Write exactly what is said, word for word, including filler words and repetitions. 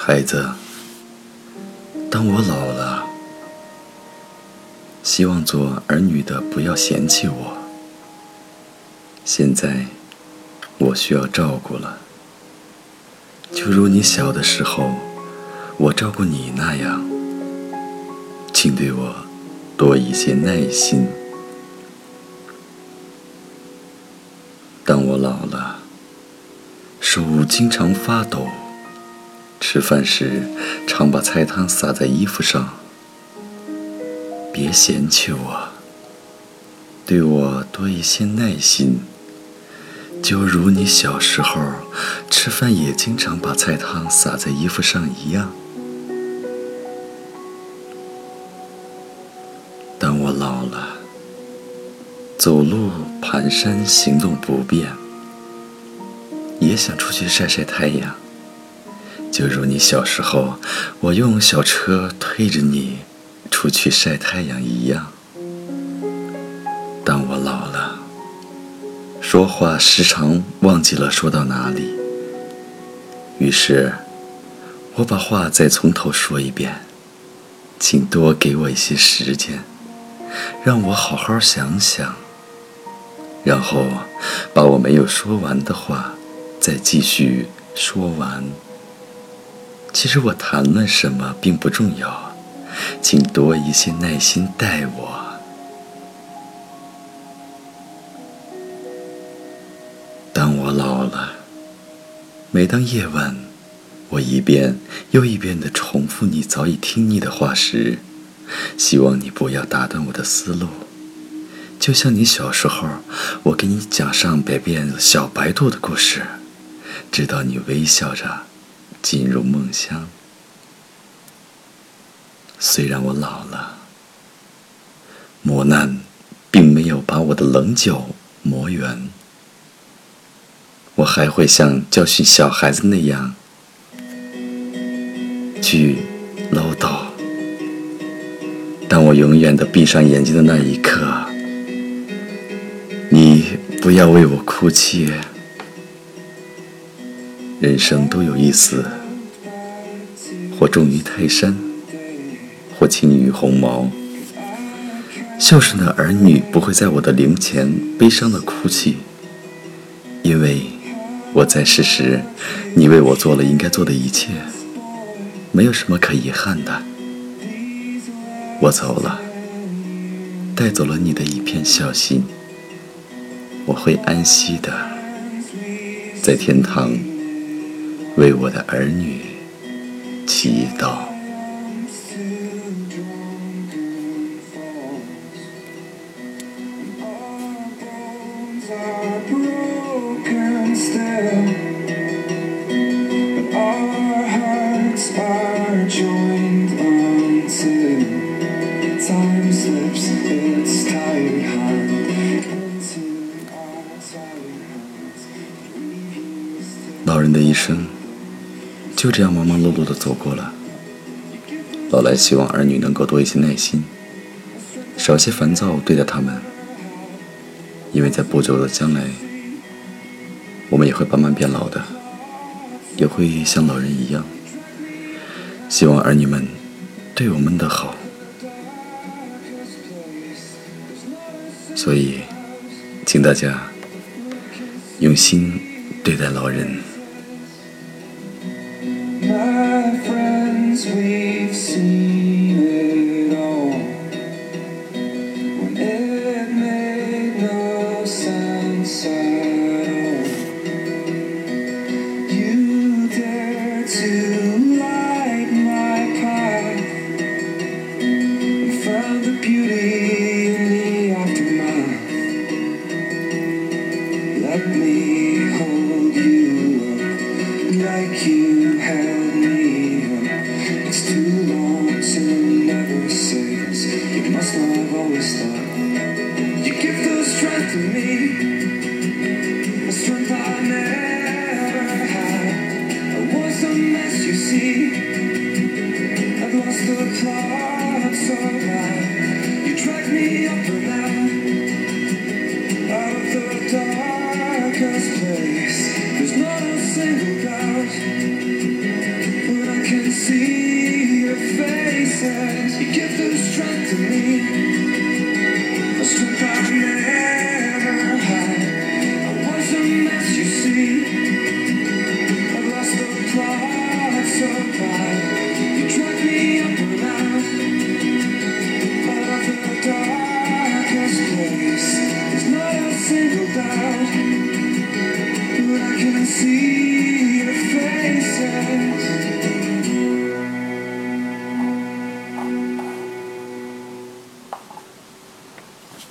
孩子，当我老了，希望做儿女的不要嫌弃我。现在我需要照顾了，就如你小的时候我照顾你那样，请对我多一些耐心。当我老了，手经常发抖，吃饭时常把菜汤洒在衣服上，别嫌弃我，对我多一些耐心，就如你小时候吃饭也经常把菜汤洒在衣服上一样。当我老了，走路蹒跚行动不便，也想出去晒晒太阳，就如你小时候我用小车推着你出去晒太阳一样。当我老了，说话时常忘记了说到哪里，于是我把话再从头说一遍，请多给我一些时间，让我好好想想，然后把我没有说完的话再继续说完。其实我谈论什么并不重要，请多一些耐心待我。当我老了，每当夜晚我一遍又一遍地重复你早已听腻的话时，希望你不要打断我的思路，就像你小时候我给你讲上百遍小白兔的故事，直到你微笑着进入梦乡。虽然我老了，磨难并没有把我的棱角磨圆，我还会像教训小孩子那样去唠叨。当我永远地闭上眼睛的那一刻，你不要为我哭泣。人生都有一死，或重于泰山，或轻于鸿毛。孝顺的儿女不会在我的灵前悲伤地哭泣，因为我在世时，你为我做了应该做的一切，没有什么可遗憾的。我走了，带走了你的一片孝心，我会安息的在天堂为我的儿女祈祷。老人的一生就这样忙忙碌碌地走过了。老来希望儿女能够多一些耐心，少些烦躁对待他们，因为在不久的将来，我们也会慢慢变老的，也会像老人一样，希望儿女们对我们的好。所以请大家用心对待老人。 My friends, we've seen it all, when it made no sense at all. You dare to light my path, and found the beauty in the aftermath. Let me hold you up like you had. It's too long to never say this. You must know I've always thought you give the strength to me, a strength I never had. I was a mess, you see. I'd lost the plot so bad. You dragged me up and out, out of the darkest place. There's not a single doubt, but I can't see your faces.